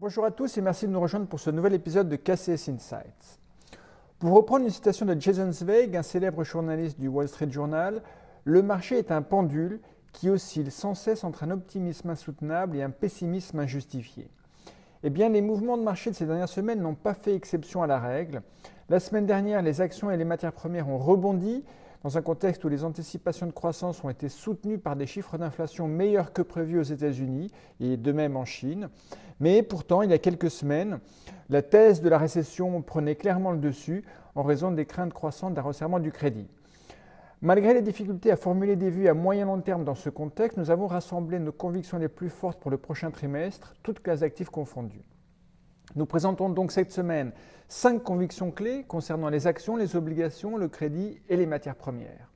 Bonjour à tous et merci de nous rejoindre pour ce nouvel épisode de KCS Insights. Pour reprendre une citation de Jason Zweig, un célèbre journaliste du Wall Street Journal, le marché est un pendule qui oscille sans cesse entre un optimisme insoutenable et un pessimisme injustifié. Eh bien, les mouvements de marché de ces dernières semaines n'ont pas fait exception à la règle. La semaine dernière, les actions et les matières premières ont rebondi dans un contexte où les anticipations de croissance ont été soutenues par des chiffres d'inflation meilleurs que prévus aux États-Unis et de même en Chine. Mais pourtant, il y a quelques semaines, la thèse de la récession prenait clairement le dessus en raison des craintes croissantes d'un resserrement du crédit. Malgré les difficultés à formuler des vues à moyen long terme dans ce contexte, nous avons rassemblé nos convictions les plus fortes pour le prochain trimestre, toutes classes actives confondues. Nous présentons donc cette semaine 5 convictions clés concernant les actions, les obligations, le crédit et les matières premières.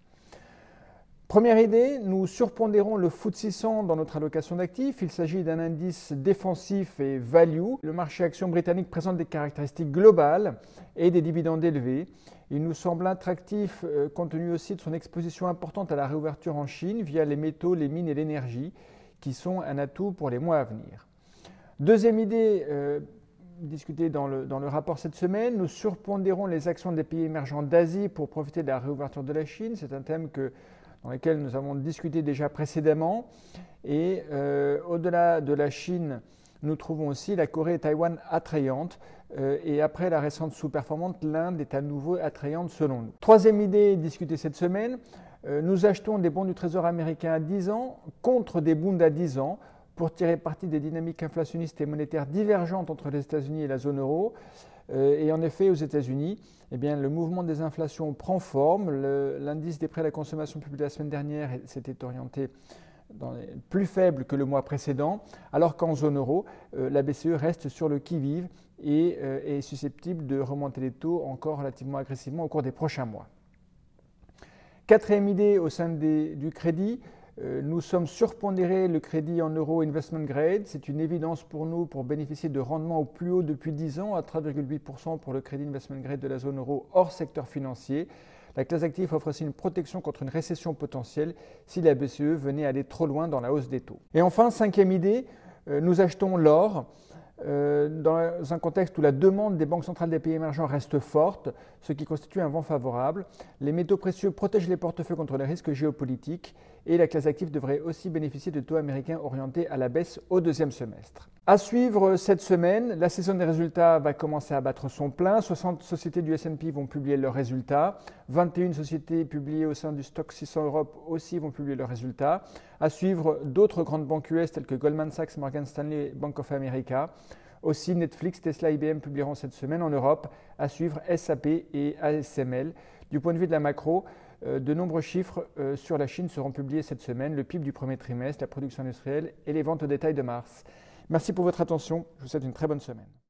Première idée, nous surpondérons le FTSE 100 dans notre allocation d'actifs. Il s'agit d'un indice défensif et value. Le marché action britannique présente des caractéristiques globales et des dividendes élevés. Il nous semble attractif compte tenu aussi de son exposition importante à la réouverture en Chine via les métaux, les mines et l'énergie qui sont un atout pour les mois à venir. Deuxième idée, discutée dans le rapport cette semaine, nous surpondérons les actions des pays émergents d'Asie pour profiter de la réouverture de la Chine. C'est un thème dans lequel nous avons discuté déjà précédemment. Et au-delà de la Chine, nous trouvons aussi la Corée et Taïwan attrayantes. Et après la récente sous-performance, l'Inde est à nouveau attrayante selon nous. Troisième idée discutée cette semaine, nous achetons des bons du Trésor américain à 10 ans contre des bonds à 10 ans pour tirer parti des dynamiques inflationnistes et monétaires divergentes entre les États-Unis et la zone euro. Et en effet, aux États-Unis, le mouvement des inflations prend forme. L'indice des prix à la consommation publié la semaine dernière s'était orienté plus faible que le mois précédent, alors qu'en zone euro, la BCE reste sur le qui-vive et est susceptible de remonter les taux encore relativement agressivement au cours des prochains mois. Quatrième idée au sein du crédit, nous sommes surpondérés le crédit en euros investment grade. C'est une évidence pour nous pour bénéficier de rendements au plus haut depuis 10 ans, à 3,8% pour le crédit investment grade de la zone euro hors secteur financier. La classe active offre aussi une protection contre une récession potentielle si la BCE venait aller trop loin dans la hausse des taux. Et enfin, cinquième idée, nous achetons l'or. Dans un contexte où la demande des banques centrales des pays émergents reste forte, ce qui constitue un vent favorable. Les métaux précieux protègent les portefeuilles contre les risques géopolitiques et la classe active devrait aussi bénéficier de taux américains orientés à la baisse au deuxième semestre. À suivre cette semaine, la saison des résultats va commencer à battre son plein. 60 sociétés du S&P vont publier leurs résultats. 21 sociétés publiées au sein du Stoxx 600 Europe aussi vont publier leurs résultats. À suivre d'autres grandes banques US telles que Goldman Sachs, Morgan Stanley et Bank of America. Aussi, Netflix, Tesla et IBM publieront cette semaine en Europe. À suivre SAP et ASML. Du point de vue de la macro, de nombreux chiffres sur la Chine seront publiés cette semaine. Le PIB du premier trimestre, la production industrielle et les ventes au détail de mars. Merci pour votre attention. Je vous souhaite une très bonne semaine.